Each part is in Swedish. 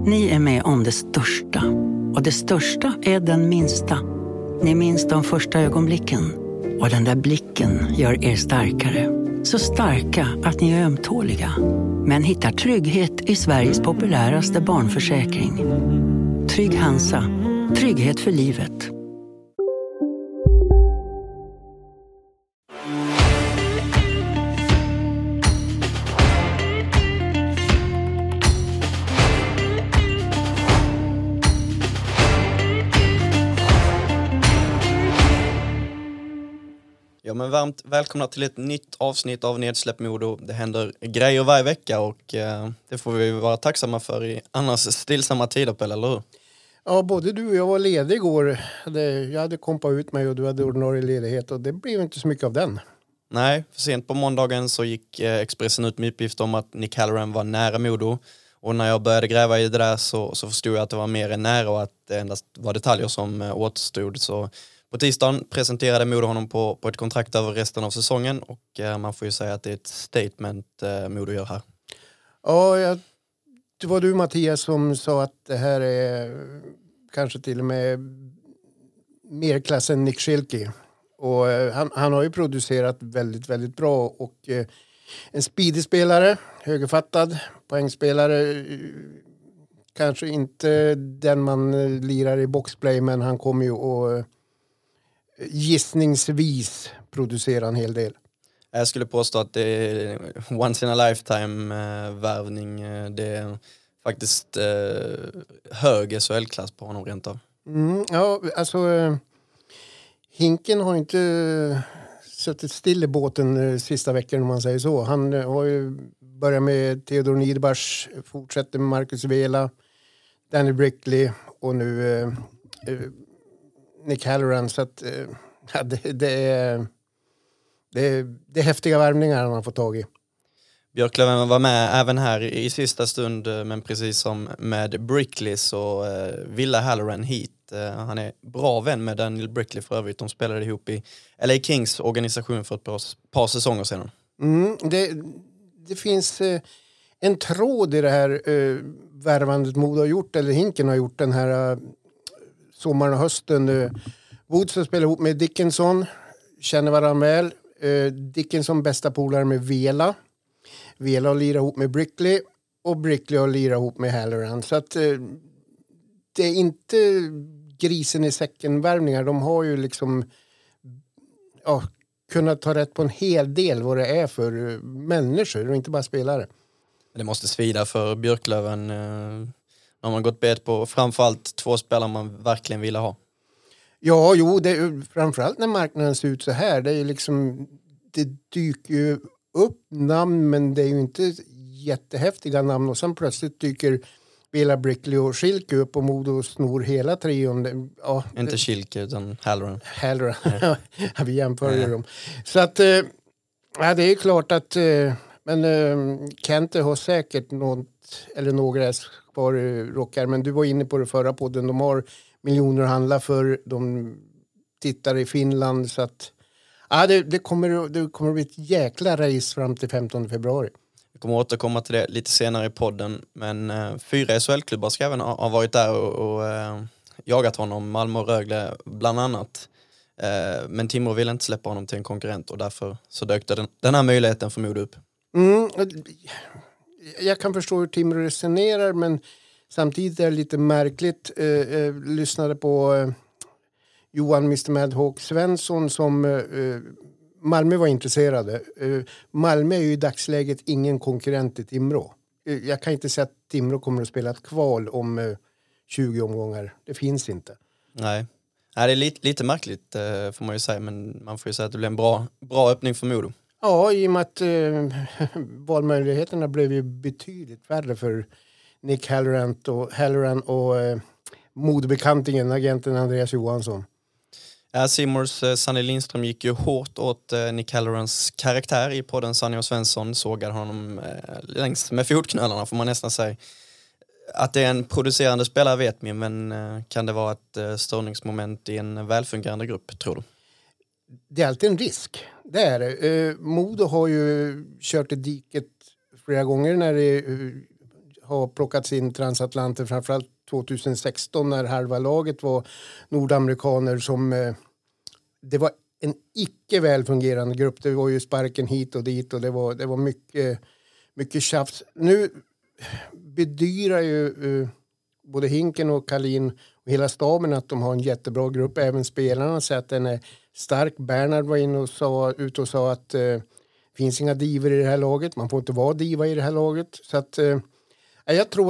Ni är med om det största. Och det största är den minsta. Ni minns de första ögonblicken. Och den där blicken gör er starkare. Så starka att ni är ömtåliga. Men hittar trygghet i Sveriges populäraste barnförsäkring. Trygg Hansa. Trygghet för livet. Ja, men varmt välkomna till ett nytt avsnitt av Nedsläpp Modo. Det händer grejer varje vecka och det får vi vara tacksamma för i annars stillsamma tider, Pelle, eller hur? Ja, både du och jag var ledig igår. Jag hade kompat ut mig och du hade ordinarie ledighet och det blev inte så mycket av den. Nej, för sent på måndagen så gick Expressen ut med uppgift om att Nick Halloran var nära Modo. Och när jag började gräva i det där så förstod jag att det var mer än nära och att det endast var detaljer som återstod. Så på tisdagen presenterade Modo honom på ett kontrakt över resten av säsongen och man får ju säga att det är ett statement Modo gör här. Ja, det var du, Mattias, som sa att det här är kanske till och med mer klass än Nick Schilke. Och han har ju producerat väldigt, väldigt bra och en speedy spelare, högerfattad, poängspelare. Kanske inte den man lirar i boxplay, men han kommer ju och gissningsvis producera en hel del. Jag skulle påstå att det är once in a lifetime värvning. Det är faktiskt hög SHL-klass på honom rent av. Ja, alltså Hinken har inte suttit still i båten sista veckan, om man säger så. Han har ju börjat med Theodor Niederbach, fortsätter med Marcus Vela, Danny Brickley och nu Nick Halloran. Så att det är häftiga värvningar han har fått tag i. Björklöven var med även här i sista stund, men precis som med Brickley så ville Halloran hit. Han är bra vän med Daniel Brickley för övrigt. De spelade ihop i LA Kings organisation för ett par säsonger sedan. Det finns en tråd i det här värvandet Modo har gjort, eller Hinken har gjort den här sommaren och hösten. Woods har spelat ihop med Dickinson, känner varandra väl. Dickinson bästa polare med Vela. Vela har lirat ihop med Brickley och Brickley har lirat ihop med Halloran. Så att det är inte grisen i säcken-värvningar. De har ju liksom kunnat ta rätt på en hel del vad det är för människor och inte bara spelare. Det måste svida för Björklöven när man gått bet på framförallt två spelare man verkligen ville ha. Ja, det är framförallt när marknaden ser ut så här. Det är liksom, det dyker ju upp namn, men det är ju inte jättehäftiga namn. Och sen plötsligt dyker Vela, Brickley och Schilke upp och Modo snor hela trion. Ja, inte Schilke utan Halloran. Ja. Vi jämför dem. Så att det är klart att men Kente har säkert något eller några kvar rockar. Men du var inne på det förra podden. De har miljoner att handla för. De tittar i Finland. Så att det kommer att bli ett jäkla race fram till 15 februari. Vi kommer återkomma till det lite senare i podden. Men 4 SHL-klubbar ska även ha varit där och jagat honom. Malmö och Rögle bland annat. Men Timrå ville inte släppa honom till en konkurrent. Och därför så dök den här möjligheten för Modo upp. Jag kan förstå hur Timrå resonerar, men samtidigt är det lite märkligt. Lyssnade på Johan Mr. Madhawk Svensson som Malmö var intresserade. Malmö är ju i dagsläget ingen konkurrent till Timrå. Jag kan inte säga att Timrå kommer att spela ett kval om 20 omgångar. Det finns inte. Nej, det är lite märkligt får man ju säga, men man får ju säga att det blir en bra öppning för Modo. Ja, i och med att valmöjligheterna blev ju betydligt färre för Nick Halloran och modebekantingen, agenten Andreas Johansson. Simors Sanny Lindström gick ju hårt åt Nick Hallorans karaktär i podden Sanny och Svensson. Sågade honom längs med fotknölarna, får man nästan säga. Att det är en producerande spelare vet vi, men kan det vara ett störningsmoment i en välfungerande grupp, tror du? Det är alltid en risk. Det är det. Modo har ju kört i diket flera gånger när det har plockats in transatlanter, framförallt 2016 när halva laget var nordamerikaner som det var en icke välfungerande grupp. Det var ju sparken hit och dit och det var mycket tjafs. Nu bedyrar ju både Hinken och Kalin och hela staben att de har en jättebra grupp. Även spelarna säger att den är stark. Bernhard var inne och sa att det finns inga diver i det här laget. Man får inte vara diva i det här laget. Så att jag tror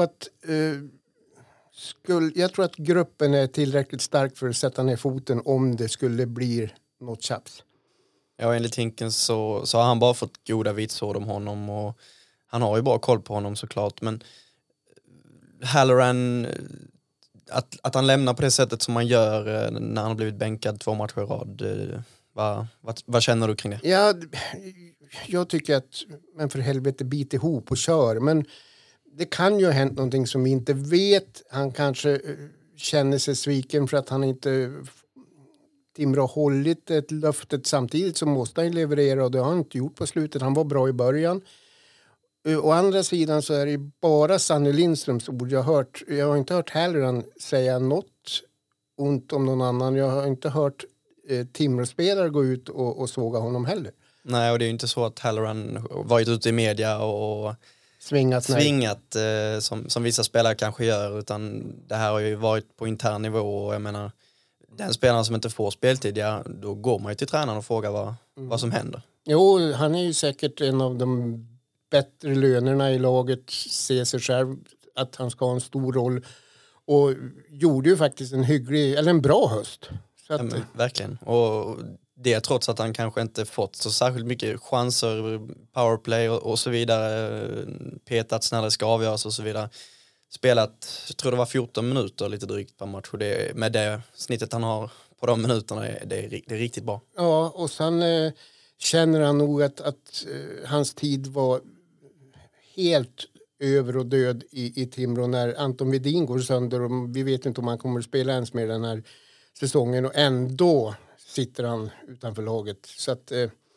att gruppen är tillräckligt stark för att sätta ner foten om det skulle bli något tjafs. Ja, enligt Hinken så har han bara fått goda vitsord om honom och han har ju bara koll på honom såklart, men Halloran, att han lämnar på det sättet som man gör när han har blivit bänkad 2 matcher i rad, vad känner du kring det? Ja, jag tycker att, men för helvete, bit ihop och kör, men det kan ju ha hänt någonting som vi inte vet. Han kanske känner sig sviken för att han inte Timrå har hållit ett löftet, samtidigt som måste han leverera och det har han inte gjort på slutet. Han var bra i början. Å andra sidan så är det bara Sanny Lindströms ord jag har hört. Jag har inte hört Halloran säga något ont om någon annan. Jag har inte hört Timrå-spelare gå ut och såga honom heller. Nej, och det är ju inte så att Halloran varit ute i media och svingat som vissa spelare kanske gör, utan det här har ju varit på intern nivå och jag menar, den spelaren som inte får speltid, ja, då går man ju till tränaren och frågar vad som händer. Jo, han är ju säkert en av de bättre lönerna i laget, ser sig själv att han ska ha en stor roll och gjorde ju faktiskt en bra höst. Så att, ja, verkligen. Och det trots att han kanske inte fått så särskilt mycket chanser, powerplay och så vidare, petats när det ska avgöras och så vidare. Spelat, jag tror det var 14 minuter lite drygt per match och med det snittet han har på de minuterna det är riktigt bra. Ja, och sen känner han nog att hans tid var helt över och död i Timrå när Anton Wedin går sönder och vi vet inte om han kommer att spela ens med den här säsongen och ändå sitter han utanför laget. Så att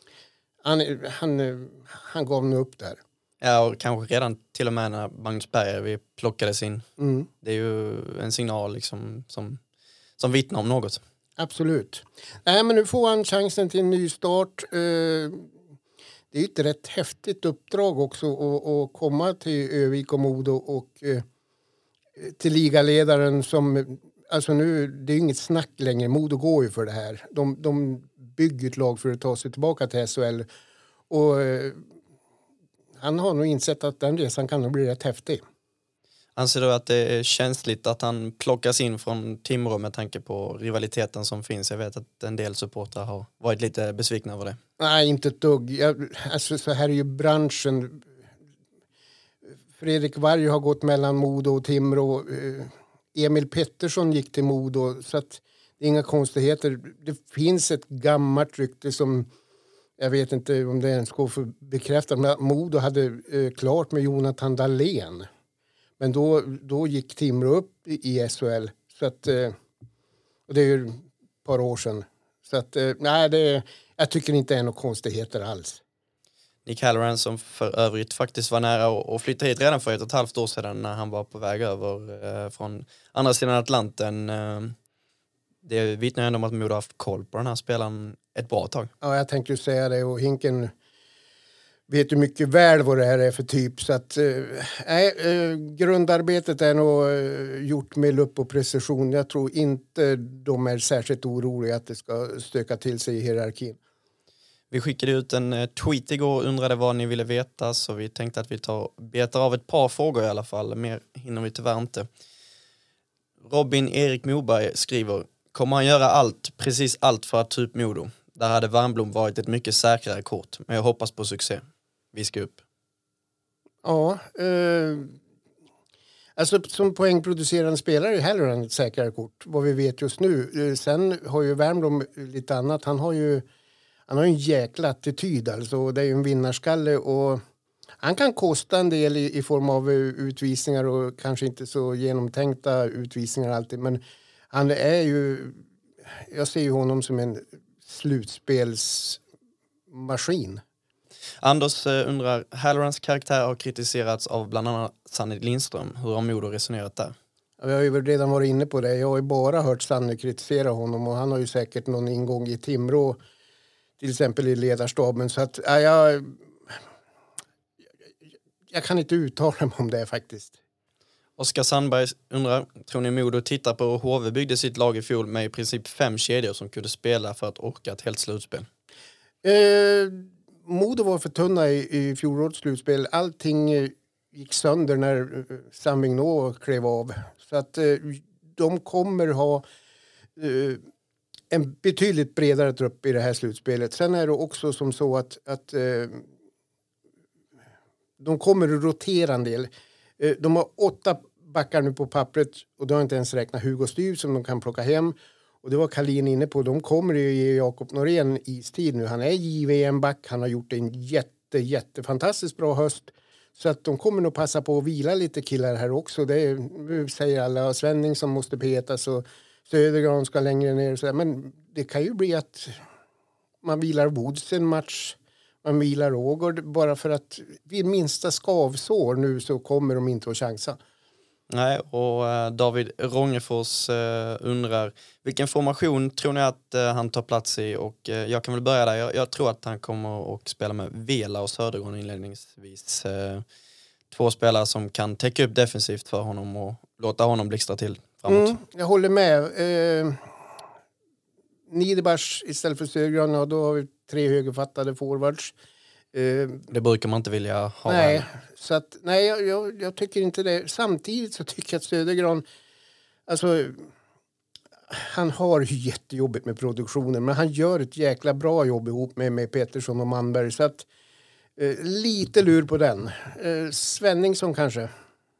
han gav nu upp där. Ja, och kanske redan till och med när Magnus Berger vi plockades in. Mm. Det är ju en signal liksom, som vittnar om något. Absolut. Nej, men nu får han chansen till en ny start. Det är ju ett rätt häftigt uppdrag också att komma till Övik och Modo och till ligaledaren som, alltså nu, det är ju inget snack längre. Modo går ju för det här. De bygger ett lag för att ta sig tillbaka till SHL och han har nog insett att den resan kan nog bli rätt häftig. Anser du att det är känsligt att han plockas in från Timrå med tanke på rivaliteten som finns? Jag vet att en del supportrar har varit lite besvikna över det. Nej, inte ett dugg. Alltså, så här är ju branschen. Fredrik Varg har gått mellan Modo och Timrå. Emil Pettersson gick till Modo. Så att det är inga konstigheter. Det finns ett gammalt rykte som jag vet inte om det ens går för bekräftat. Men Modo hade klart med Jonathan Dahlén. Men då gick Timrå upp i SHL. Så att, och det är ju ett par år sedan. Så att, nej, jag tycker inte det är några konstigheter alls. Nick Halloran som för övrigt faktiskt var nära att flytta hit redan för 1,5 år sedan när han var på väg över från andra sidan Atlanten. Det vittnar ändå om att Modo har haft koll på den här spelaren ett bra tag. Ja, jag tänkte ju säga det och Hinken vet ju mycket väl vad det här är för typ. Så att grundarbetet är nog gjort med lupp och precision. Jag tror inte de är särskilt oroliga att det ska stöka till sig i hierarkin. Vi skickade ut en tweet igår och undrade vad ni ville veta, så vi tänkte att vi betar av ett par frågor i alla fall. Mer hinner vi tyvärr inte. Robin Erik Moberg skriver: kommer han göra precis allt för att typ Modo? Där hade Wernbloom varit ett mycket säkrare kort, men jag hoppas på succé. Vi ska upp. Ja, alltså som poängproducerande spelare är Halloran ett säkrare kort, vad vi vet just nu. Sen har ju Wernbloom lite annat. Han har ju en jäkla attityd, alltså. Det är ju en vinnarskalle och han kan kosta en del i form av utvisningar och kanske inte så genomtänkta utvisningar alltid, men han är ju, jag ser ju honom som en slutspelsmaskin. Anders undrar, Hallorans karaktär har kritiserats av bland annat Sanny Lindström. Hur har Modo resonerat där? Vi har ju redan varit inne på det. Jag har ju bara hört Sanny kritisera honom och han har ju säkert någon ingång i Timrå, till exempel i ledarstaben. Så att jag kan inte uttala mig om det faktiskt. Oskar Sandberg undrar, tror ni Modo tittar på hur HV byggde sitt lag i fjol med i princip 5 kedjor som kunde spela för att orka ett helt slutspel? Modo var för tunna i fjolårets slutspel. Allting gick sönder när Sam Vigneault klev av. Så att de kommer ha en betydligt bredare trupp i det här slutspelet. Sen är det också som så att de kommer att rotera en del. De har 8 backar nu på pappret och de har inte ens räknat Hugo Styv som de kan plocka hem. Och det var Kalin inne på. De kommer ju ge Jakob Norén istid nu. Han är JVM-back. Han har gjort en jättefantastiskt bra höst. Så att de kommer nog passa på att vila lite killar här också. Det säger alla. Svenning som måste petas och Södergran ska längre ner. Så men det kan ju bli att man vilar Woods en match. Man vilar Ågård bara för att vid minsta skavsår nu så kommer de inte att chansa. Nej, och David Rångefors undrar, vilken formation tror ni att han tar plats i? Och jag kan väl börja där. Jag tror att han kommer att spela med Vela och Södergård inledningsvis. 2 spelare som kan täcka upp defensivt för honom och låta honom blixtra till framåt. Jag håller med. Niederbach istället för Södergran, och då har vi 3 högerfattade forwards. Det brukar man inte vilja ha. Nej, så att, nej jag tycker inte det. Samtidigt så tycker jag att Södergran, alltså, han har jättejobbigt med produktionen, men han gör ett jäkla bra jobb ihop med Pettersson och Manberg. Så att lite lur på den. Svenningsson kanske.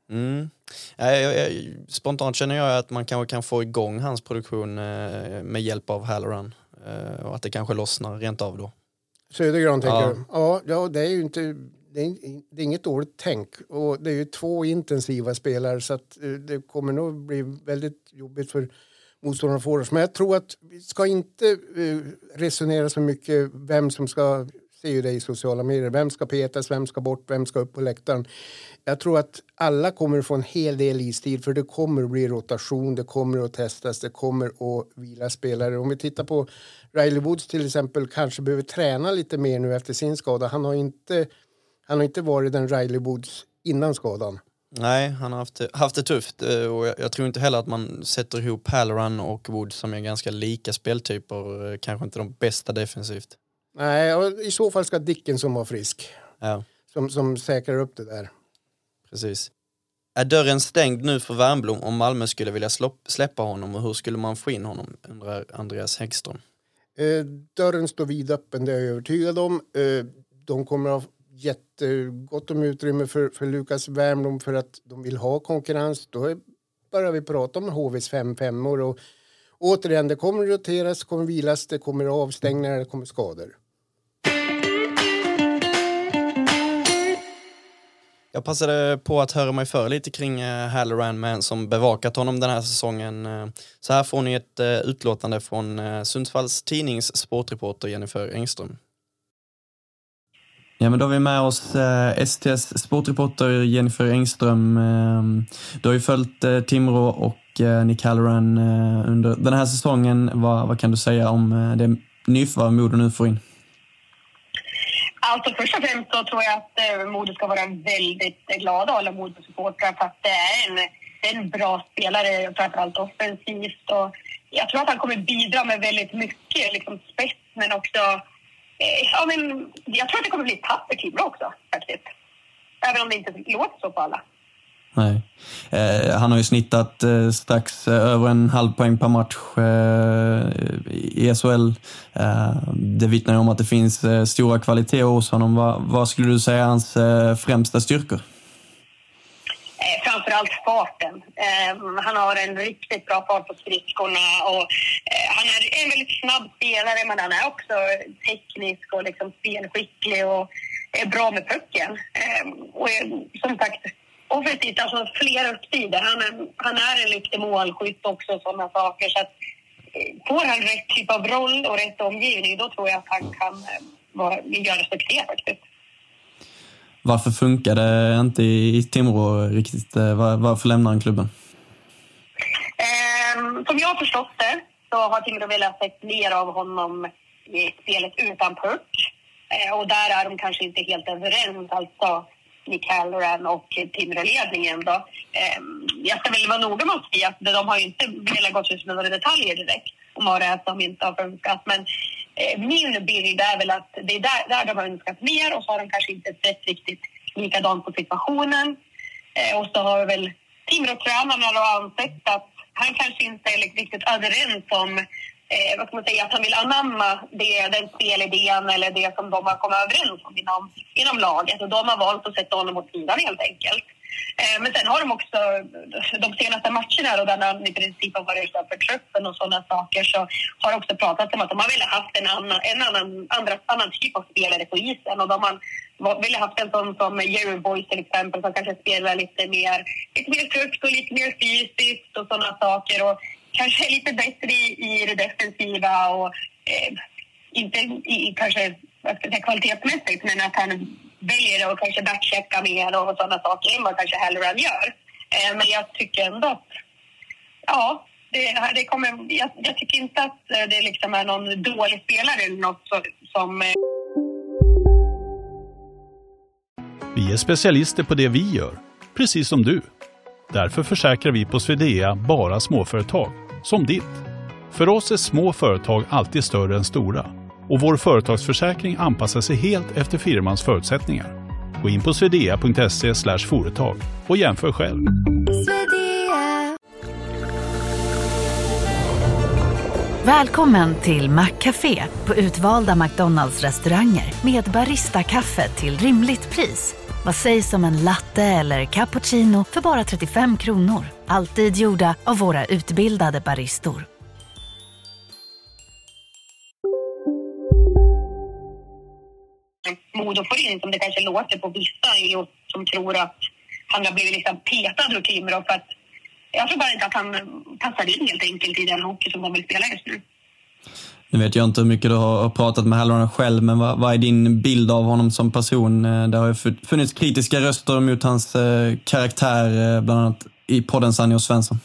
Spontant känner jag att man kanske kan få igång hans produktion med hjälp av Halloran. Och att det kanske lossnar rent av då. Södergran tänker du? Ja, det är ju inte, det är inget dåligt tänk. Och det är ju 2 intensiva spelare, så att det kommer nog bli väldigt jobbigt för motståndarna för oss. Men jag tror att vi ska inte resonera så mycket vem som ska, se ju det i sociala medier, vem ska petas, vem ska bort, vem ska upp på läktaren. Jag tror att alla kommer att få en hel del istid, för det kommer att bli rotation, det kommer att testas, det kommer att vila spelare. Om vi tittar på Riley Woods till exempel, kanske behöver träna lite mer nu efter sin skada. Han har inte varit den Riley Woods innan skadan. Nej, han har haft det tufft, och jag tror inte heller att man sätter ihop Halloran och Woods som är ganska lika speltyper, kanske inte de bästa defensivt. Nej, och i så fall ska Dickinson vara frisk. Ja. Som säkrar upp det där. Precis. Är dörren stängd nu för Wernbloom om Malmö skulle vilja släppa honom, och hur skulle man få in honom, undrar Andreas Häggström. Dörren står vidöppen, det är jag övertygad om. De kommer att ha jättegott om utrymme för Lukas Wernbloom, för att de vill ha konkurrens. Då börjar vi prata om HVs 5-5-or, och återigen, det kommer roteras, det kommer vilas, det kommer avstängningar, det kommer skador. Jag passade på att höra mig för lite kring Halloran, man som bevakat honom den här säsongen. Så här får ni ett utlåtande från Sundsvalls tidnings sportreporter Jennifer Engström. Ja, men då har vi med oss STS sportreporter Jennifer Engström. Du har ju följt Timrå och Nick Halloran under den här säsongen. Vad kan du säga om det nyförvärv Modo nu får in? Alltså först och främst så tror jag att Modo ska vara väldigt glada alla Modo-supportrar, för att det är en bra spelare, framförallt offensivt. Och jag tror att han kommer bidra med väldigt mycket liksom spets, men också jag tror att det kommer bli tapp för Timrå också faktiskt. Även om det inte låter så på alla. Nej. Han har ju snittat strax över 0,5 poäng per match i SHL. Det vittnar ju om att det finns stora kvaliteter hos honom. Vad skulle du säga är hans främsta styrkor? Framförallt farten. Han har en riktigt bra fart på skridskorna, och han är en väldigt snabb spelare, men han är också teknisk och liksom spelskicklig och är bra med pucken. Och som sagt, offensivt, alltså flera uppsidor. Han är en riktig målskytt också och sådana saker. Så att får han rätt typ av roll och rätt omgivning, då tror jag att han kan göra succé faktiskt. Varför funkar det inte i Timrå riktigt? Varför lämnar han klubben? Som jag har förstått det så har Timrå velat se mer av honom i spelet utan puck. Och där är de kanske inte helt överens, alltså Nick Halloran och Timrå-ledningen då. Jag ska väl vara noga med att säga att de har ju inte velat gå ut med några detaljer direkt om vad det är som inte har funkat. Men min bild är väl att det är där de har önskat mer och så har de kanske inte sett riktigt likadant på situationen. Och så har väl Timrå-tränarna då ansett att han kanske inte är riktigt överens om vad ska man säga, att han vill anamma den spelidén eller det som de har kommit överens om inom laget. Och de har valt att sätta honom åt sidan helt enkelt. Men sen har de också de senaste matcherna då, där han i princip har varit utanför truppen och sådana saker, så har också pratat om att de har velat haft en annan typ av spelare på isen. Och de har velat haft en sån som Jerry Boyce till exempel, som kanske spelar lite mer tufft och lite mer fysiskt och sådana saker. Och kanske är lite bättre i det defensiva och inte kanske kvalitetsmässigt, men att han väljer att kanske backchecka mer och sådana saker än vad kanske Halloran gör. Men jag tycker ändå att det kommer, jag tycker inte att det liksom är någon dålig spelare eller något som... Vi är specialister på det vi gör, precis som du. Därför försäkrar vi på Swedea bara småföretag, som ditt. För oss är små företag alltid större än stora. Och vår företagsförsäkring anpassar sig helt efter firmans förutsättningar. Gå in på swedea.se/företag och jämför själv. Swedea. Välkommen till Maccafé på utvalda McDonalds-restauranger med barista-kaffe till rimligt pris. Vad sägs om en latte eller cappuccino för bara 35 kronor? Alltid gjorda av våra utbildade baristor. Modo får in, som det kanske låter på vissa som tror att han har blivit liksom petad ur Timrå, för att jag tror bara inte att han passar in helt enkelt i den hockey som de vill spela just nu. Nu vet jag inte hur mycket du har pratat med Halloran själv, men vad är din bild av honom som person? Det har ju funnits kritiska röster mot hans karaktär, bland annat i podden Sanny och Svensson.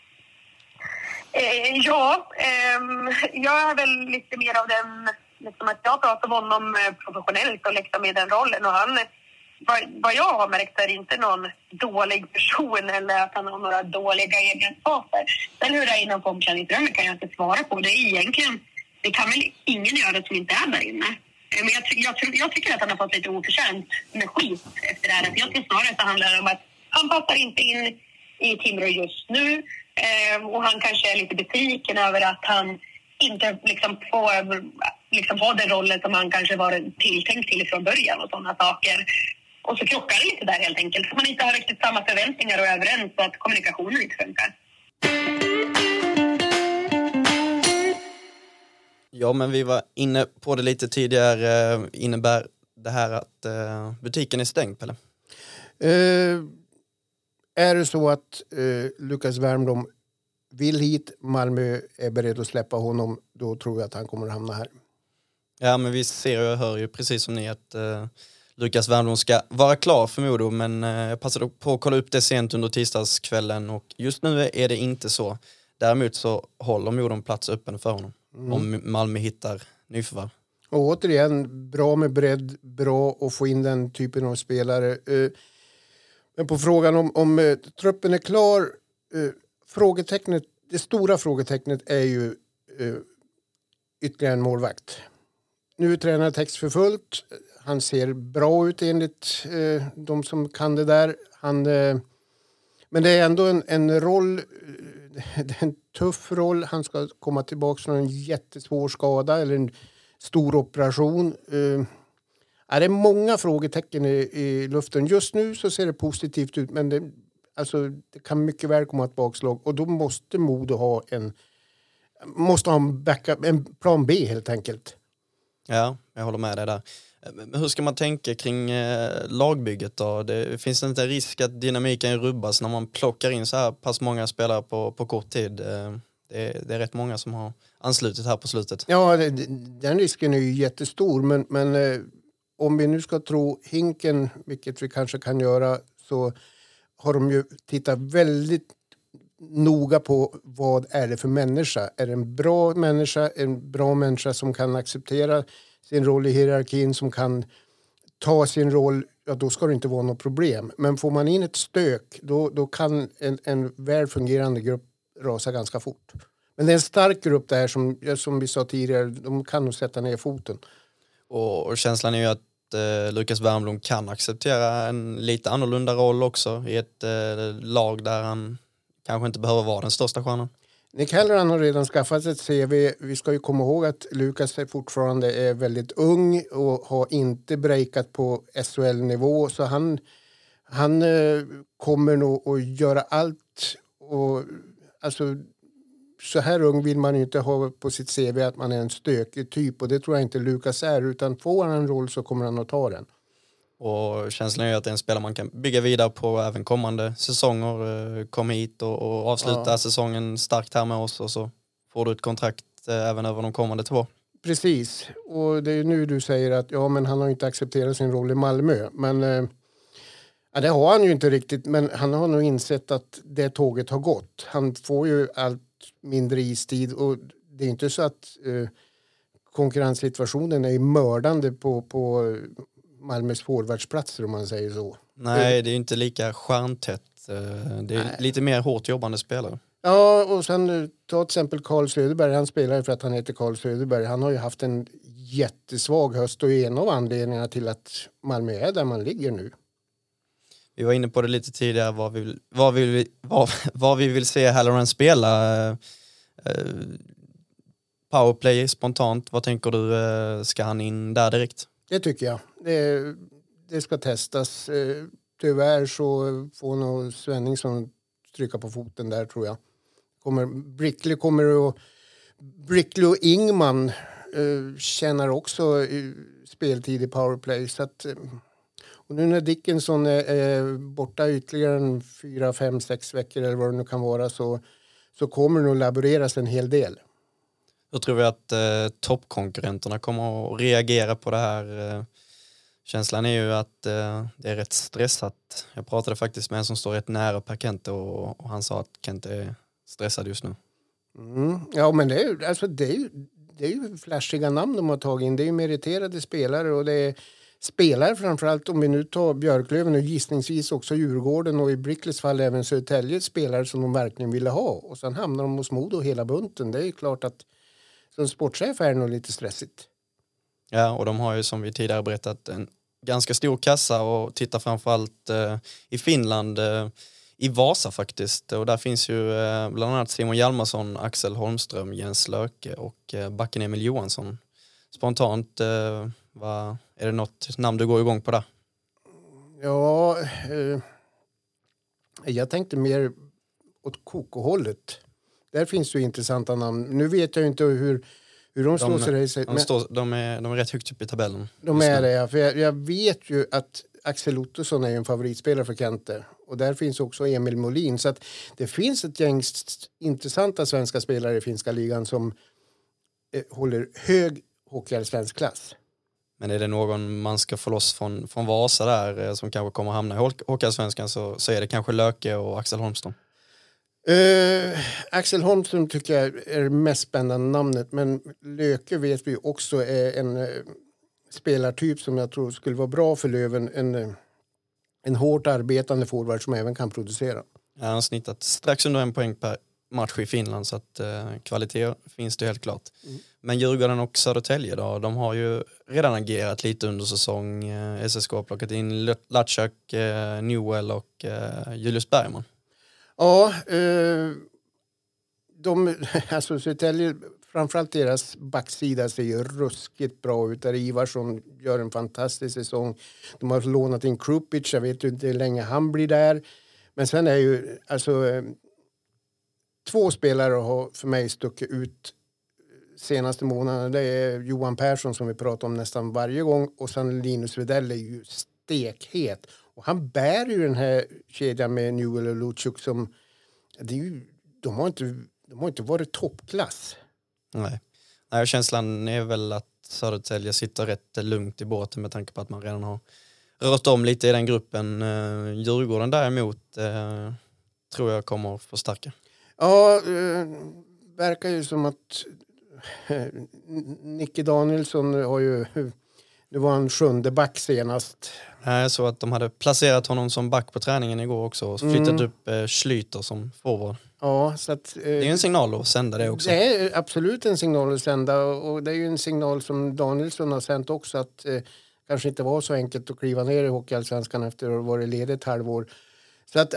Jag är väl lite mer av den, liksom att jag pratar om honom professionellt och liksom i den rollen, och han, vad jag har märkt, är inte någon dålig person eller att han har några dåliga egenskaper. Sen hur det är inom omklädningsrummet kan jag inte svara på. Det är egentligen, det kan väl ingen göra som inte är där inne. Men jag tycker att han har fått lite oförtjänt med skit efter det här. Jag tror snarare att det handlar om att han passar inte in i Timrå just nu. Och han kanske är lite besviken över att han inte liksom får liksom ha den rollen som han kanske var tilltänkt till från början och sådana saker. Och så krockar det lite där helt enkelt. För man inte har riktigt samma förväntningar och överens på att kommunikationen inte funkar. Ja, men vi var inne på det lite tidigare. Innebär det här att butiken är stängd, Pelle? Är det så att Lukas Wernbloom vill hit, Malmö är beredd att släppa honom, då tror jag att han kommer att hamna här. Ja, men vi ser och hör ju precis som ni att Lukas Wernbloom ska vara klar för Modo, men jag passade på att kolla upp det sent under tisdagskvällen och just nu är det inte så. Däremot så håller Modo en plats öppen för honom om Malmö hittar nyförvärv. Och återigen, bra med bredd, bra att få in den typen av spelare. Men på frågan om truppen är klar, det stora frågetecknet är ju ytterligare en målvakt. Nu är tränartext för fullt. Han ser bra ut enligt de som kan det där. Men det är ändå en roll, en tuff roll. Han ska komma tillbaka från en jättesvår skada eller en stor operation. Det är många frågetecken i luften. Just nu så ser det positivt ut, men det kan mycket väl komma ett bakslag. Och då måste Modo ha en backup, en plan B helt enkelt. Ja, jag håller med dig där. Men hur ska man tänka kring lagbygget då? Det finns inte en risk att dynamiken rubbas när man plockar in så här pass många spelare på kort tid? Det är rätt många som har anslutit här på slutet. Ja, den risken är ju jättestor, men om vi nu ska tro Hinken, vilket vi kanske kan göra, så har de ju tittat väldigt noga på vad är det för människa. Är det en bra människa som kan acceptera sin roll i hierarkin, som kan ta sin roll, ja då ska det inte vara något problem. Men får man in ett stök, då kan en väl fungerande grupp rasa ganska fort. Men det är en stark grupp där som vi sa tidigare, de kan nog sätta ner foten. Och känslan är ju att Lukas Wernbloom kan acceptera en lite annorlunda roll också i ett lag där han kanske inte behöver vara den största stjärnan. Nick Halloran har redan skaffat ett CV. Vi ska ju komma ihåg att Lukas fortfarande är väldigt ung och har inte breakat på SHL-nivå. Så han kommer nog att göra allt. Och, alltså, så här ung vill man ju inte ha på sitt CV att man är en stökig typ. Och det tror jag inte Lukas är. Utan får han en roll så kommer han att ta den. Och känslan är ju att det är en spelare man kan bygga vidare på även kommande säsonger. Kom hit och avsluta säsongen starkt här med oss. Och så får du ett kontrakt även över de kommande 2. Precis. Och det är nu du säger att men han har inte accepterat sin roll i Malmö. Men det har han ju inte riktigt. Men han har nog insett att det tåget har gått. Han får ju allt mindre istid. Och det är inte så att konkurrenssituationen är mördande på Malmös forwardsplatser om man säger så. Nej, det är inte lika stjärntätt. Det är lite mer hårt jobbande spelare. Ja, och sen ta till exempel Carl Söderberg. Han spelar för att han heter Carl Söderberg. Han har ju haft en jättesvag höst och är en av anledningarna till att Malmö är där man ligger nu. Vi var inne på det lite tidigare vad vi vill se Halloran spela. Powerplay spontant. Vad tänker du? Ska han in där direkt? Det tycker jag. Det ska testas. Tyvärr så får nog Svenningsson stryka på foten där tror jag. Brickley och Ingman tjänar också speltid i powerplay. Så att, och nu när Dickinson är borta ytterligare 4, 5, 6 veckor eller vad det nu kan vara så kommer det nog laboreras en hel del. Då tror vi att toppkonkurrenterna kommer att reagera på det här. Känslan är ju att det är rätt stressat. Jag pratade faktiskt med en som står rätt nära Per Kente och han sa att Kente är stressad just nu. Ja, men det är ju flashiga namn de har tagit in. Det är ju meriterade spelare och det är spelare framförallt om vi nu tar Björklöven och gissningsvis också Djurgården och i Brickleys fall även Södertälje spelare som de verkligen ville ha. Och sen hamnar de hos Modo hela bunten. Det är ju klart att som sportchef är det nog lite stressigt. Ja, och de har ju som vi tidigare berättat en ganska stor kassa och tittar framförallt i Finland, i Vasa faktiskt. Och där finns ju bland annat Simon Hjalmarsson, Axel Holmström, Jens Löke och backen Emil Johansson. Spontant, är det något namn du går igång på där? Ja, jag tänkte mer åt Koko-hållet. Där finns ju intressanta namn. Nu vet jag inte hur de slår sig. De är rätt högt upp i tabellen. De är det, ja. För jag vet ju att Axel Ottosson är en favoritspelare för Kente. Och där finns också Emil Molin. Så att det finns ett gäng intressanta svenska spelare i finska ligan som håller hög hockeyallsvensk klass. Men är det någon man ska få loss från Vasa där som kanske kommer hamna i hockeyallsvenskan så är det kanske Löke och Axel Holmström. Axel Holmström tycker jag är det mest spännande namnet, men Löke vet vi också är en spelartyp som jag tror skulle vara bra för Löven, en hårt arbetande forward som även kan producera. Ja, han har snittat strax under 1 poäng per match i Finland så att kvalitet finns det helt klart. Men Djurgården och Södertälje då, de har ju redan agerat lite under säsong. SSK har plockat in Latchak, Newell och Julius Bergman. Ja, alltså Södertälje, framförallt deras backsida ser ju ruskigt bra ut. Där Ivarsson gör en fantastisk säsong. De har lånat in Krupic, jag vet inte hur länge han blir där. Men sen är ju, alltså 2 spelare har för mig stuckit ut senaste månaden. Det är Johan Persson som vi pratar om nästan varje gång. Och sen Linus Widell är ju stekhet. Och han bär ju den här kedjan med Newell och Luchuk som det är ju, de har inte varit toppklass. Nej, känslan är väl att Södertälje sitter rätt lugnt i båten med tanke på att man redan har rört om lite i den gruppen. Djurgården däremot tror jag kommer förstärka. Ja, verkar ju som att Nicke Danielsson har ju... Det var en 7:e back senast. Så att de hade placerat honom som back på träningen igår också och flyttat upp Schlyter som forward. Ja, så att, det är ju en signal att sända det också. Det är absolut en signal att sända och det är ju en signal som Danielsson har sänt också att kanske inte var så enkelt att kliva ner i Hockeyallsvenskan efter att ha varit ledig ett halvår. Så att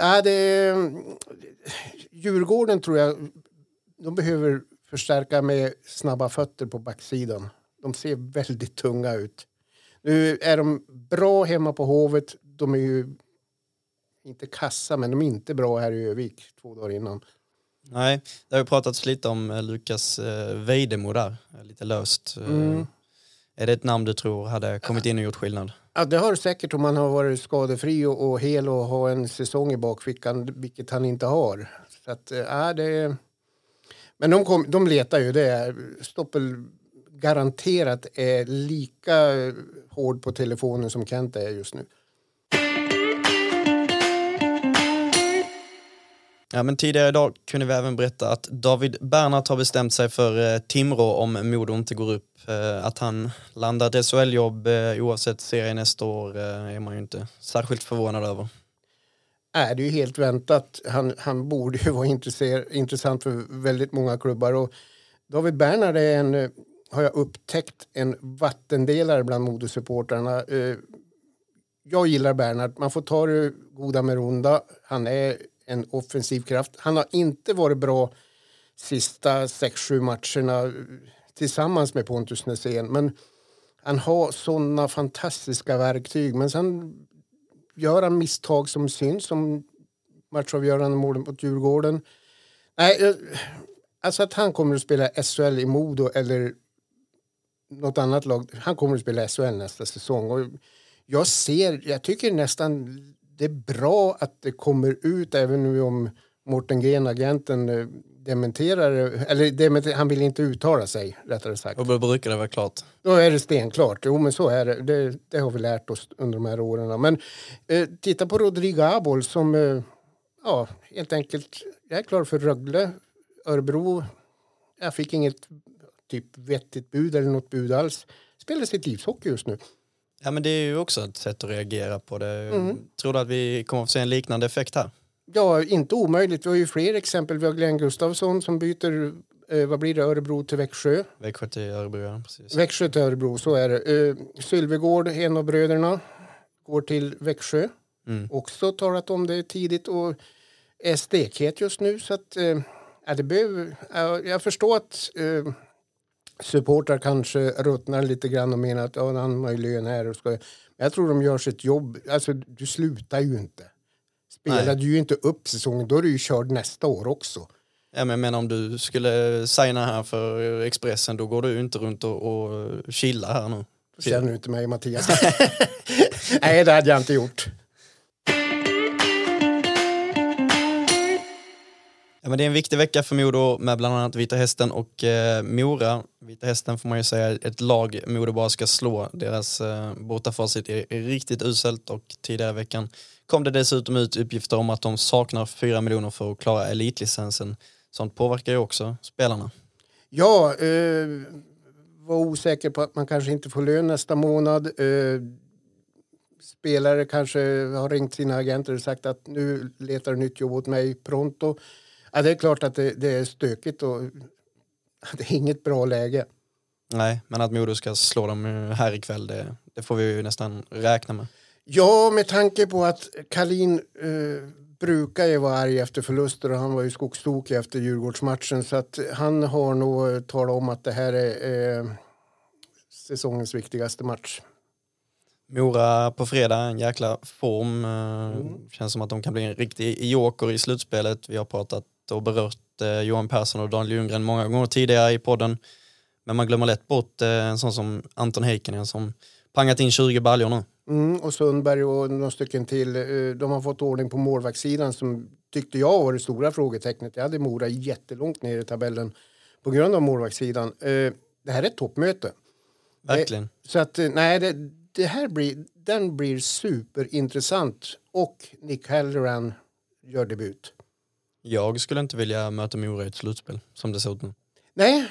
Djurgården tror jag de behöver förstärka med snabba fötter på backsidan. De ser väldigt tunga ut. Nu är de bra hemma på Hovet. De är ju inte kassa, men de är inte bra här i Övik 2 dagar innan. Nej, det har ju pratats lite om Lukas Vejdemo där. Lite löst. Är det ett namn du tror hade kommit in och gjort skillnad? Ja, det har säkert om man har varit skadefri och hel och har en säsong i bakfickan, vilket han inte har. Så att, men de letar ju det. Stoppel garanterat är lika hård på telefonen som Kent är just nu. Ja, men tidigare idag kunde vi även berätta att David Bernhardt har bestämt sig för Timrå om Modo inte går upp. Att han landar ett SHL-jobb oavsett serie nästa år är man ju inte särskilt förvånad över. Det är ju helt väntat. Han borde ju vara intressant för väldigt många klubbar. Och David Bernhardt är har jag upptäckt, en vattendelare bland Modo-supporterna. Jag gillar Bernhardt. Man får ta det goda med ronda. Han är en offensiv kraft. Han har inte varit bra sista 6-7 matcherna tillsammans med Pontus Nässén. Men han har sådana fantastiska verktyg. Men sen gör han misstag som syns, som matchavgörande mål mot Djurgården. Nej, alltså att han kommer att spela SHL i Modo eller något annat lag. Han kommer att spela SHL nästa säsong. Och jag tycker nästan det är bra att det kommer ut, även nu om Mårten Gren, agenten, dementerar, eller han vill inte uttala sig, rättare sagt. Och då brukar det vara klart. Då är det stenklart. Jo, men så är det. Det har vi lärt oss under de här åren. Men titta på Rodrigo Abol som, helt enkelt, jag är klar för Rögle, Örebro. Jag fick inget typ vettigt bud eller något bud alls. Spelar sitt livshockey just nu. Ja, men det är ju också ett sätt att reagera på det. Tror du att vi kommer att se en liknande effekt här? Ja, inte omöjligt. Vi har ju fler exempel. Vi har Glenn Gustafsson som byter, vad blir det, Örebro till Växjö. Växjö till Örebro, ja, precis. Växjö till Örebro, så är det. Sylvegård, en av bröderna, går till Växjö. Också talat om det tidigt och är stekhet just nu. Så att, jag förstår att supportrar kanske ruttnar lite grann och menar att han har ju lön här. Men jag tror de gör sitt jobb. Alltså, du slutar ju inte. Spelar du ju inte upp säsongen, då är du ju körd nästa år också. Ja, men jag menar, om du skulle signa här för Expressen, då går du ju inte runt och chillar här nu. Känner du inte mig, Mattias? Nej, det hade jag inte gjort. Ja, men det är en viktig vecka för Modo med bland annat Vita Hästen och Mora. Vita Hästen får man ju säga ett lag Modo bara ska slå. Deras bortafacit är riktigt uselt och tidigare i veckan kom det dessutom ut uppgifter om att de saknar 4 miljoner för att klara elitlicensen. Sånt påverkar ju också spelarna. Ja, var osäker på att man kanske inte får lön nästa månad. Spelare kanske har ringt sina agenter och sagt att nu letar nytt jobb åt mig pronto. Ja, det är klart att det är stökigt och det är inget bra läge. Nej, men att Modo ska slå dem här ikväll, det får vi ju nästan räkna med. Ja, med tanke på att Kalin brukar ju vara arg efter förluster och han var ju skogstokig efter Djurgårdsmatchen, så att han har nog talat om att det här är säsongens viktigaste match. Mora på fredag, en jäkla form. Känns som att de kan bli en riktig joker i slutspelet. Vi har pratat och berört Johan Persson och Daniel Ljunggren många gånger tidigare i podden. Men man glömmer lätt bort en sån som Anton Heikkinen som pangat in 20 baljor nu. Och Sundberg och några stycken till. De har fått ordning på målvaktssidan som tyckte jag var det stora frågetecknet. Jag hade Mora jättelångt ner i tabellen på grund av målvaktssidan. Det här är ett toppmöte. verkligen. Så att det här blir superintressant. Och Nick Halloran gör debut. Jag skulle inte vilja möta Mora i ett slutspel, som det ser ut nu. Nej,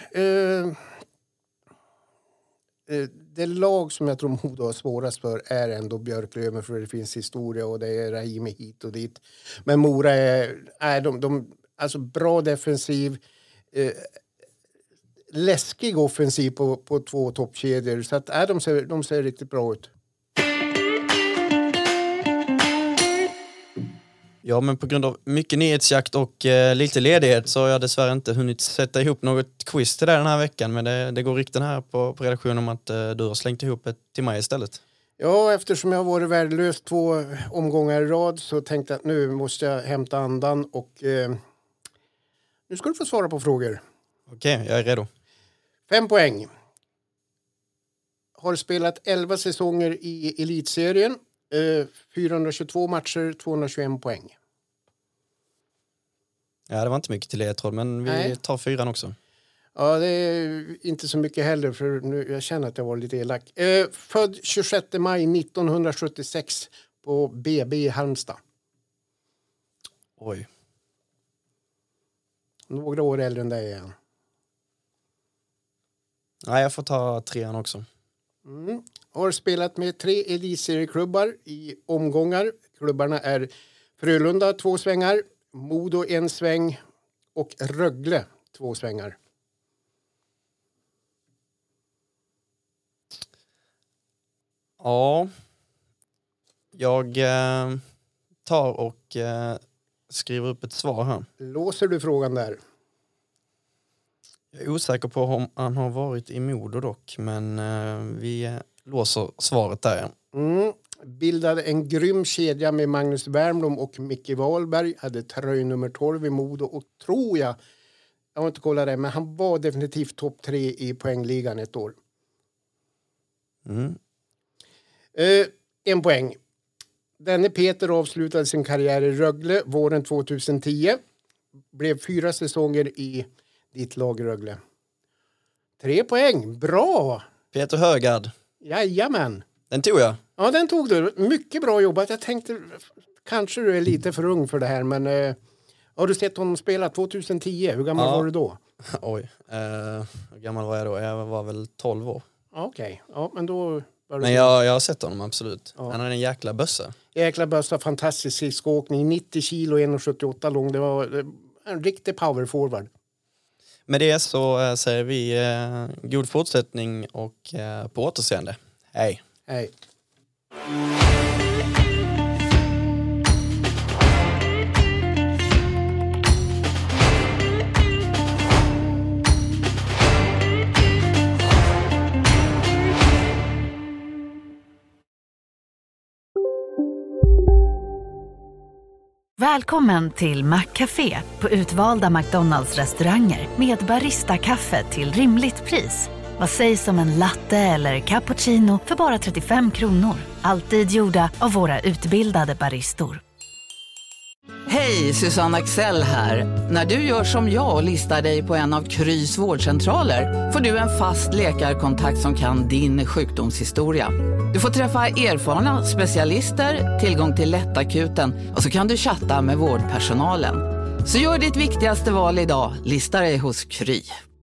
det lag som jag tror Modo har svårast för är ändå Björklöven, för det finns historia och det är Rahimi hit och dit. Men Mora är de alltså bra defensiv, läskig offensiv på 2 toppkedjor, så att de ser riktigt bra ut. Ja, men på grund av mycket nyhetsjakt och lite ledighet så har jag dessvärre inte hunnit sätta ihop något quiz till det den här veckan. Men det går riktigt här på redaktionen om att du har slängt ihop ett till mig istället. Ja, eftersom jag har varit värdelös 2 omgångar i rad så tänkte jag att nu måste jag hämta andan och nu ska du få svara på frågor. Okej, jag är redo. 5 poäng. Har spelat 11 säsonger i elitserien. 422 matcher, 221 poäng. Ja, det var inte mycket till ledtråd, men vi tar 4 också. Ja, det är inte så mycket heller, för nu, jag känner att jag var lite elak. Född 26 maj 1976 på BB i Halmstad. Oj. Några år äldre än dig igen. Nej, jag får ta 3 också. Har spelat med 3 elitserieklubbar i omgångar. Klubbarna är Frölunda 2 svängar, Modo 1 sväng och Rögle 2 svängar. Ja, jag tar och skriver upp ett svar här. Låser du frågan där? Jag är osäker på om han har varit i Modo dock, men vi låser svaret där. Bildade en grym kedja med Magnus Wernbloom och Micke Wahlberg. Hade tröj nummer 12 i Modo och tror jag har inte kollat det, men han var definitivt topp 3 i poängligan ett år. 1 poäng. Denne Peter avslutade sin karriär i Rögle våren 2010. Blev 4 säsonger i ditt lag Rögle. 3 poäng. Bra! Peter Högard. Jajamän. Den tog jag. Ja, den tog du. Mycket bra jobbat. Jag tänkte, kanske du är lite för ung för det här, men har du sett honom spela 2010? Hur gammal var du då? Oj, hur gammal var jag då? Jag var väl 12 år. Okej, ja, men då... Men jag har sett honom, absolut. Ja. Han hade en jäkla bössa. Jäkla bössa, fantastisk skridskoåkning. 90 kilo, 1,78 lång. Det var en riktig power forward. Med det så säger vi god fortsättning och på återseende. Hej. Hej. Välkommen till Maccafé på utvalda McDonalds-restauranger med Barista-kaffe till rimligt pris. Vad sägs om en latte eller cappuccino för bara 35 kronor? Alltid gjorda av våra utbildade baristor. Hej, Susanne Axel här. När du gör som jag och listar dig på en av Krys vårdcentraler får du en fast läkarkontakt som kan din sjukdomshistoria. Du får träffa erfarna specialister, tillgång till lättakuten och så kan du chatta med vårdpersonalen. Så gör ditt viktigaste val idag, lista dig hos Kry.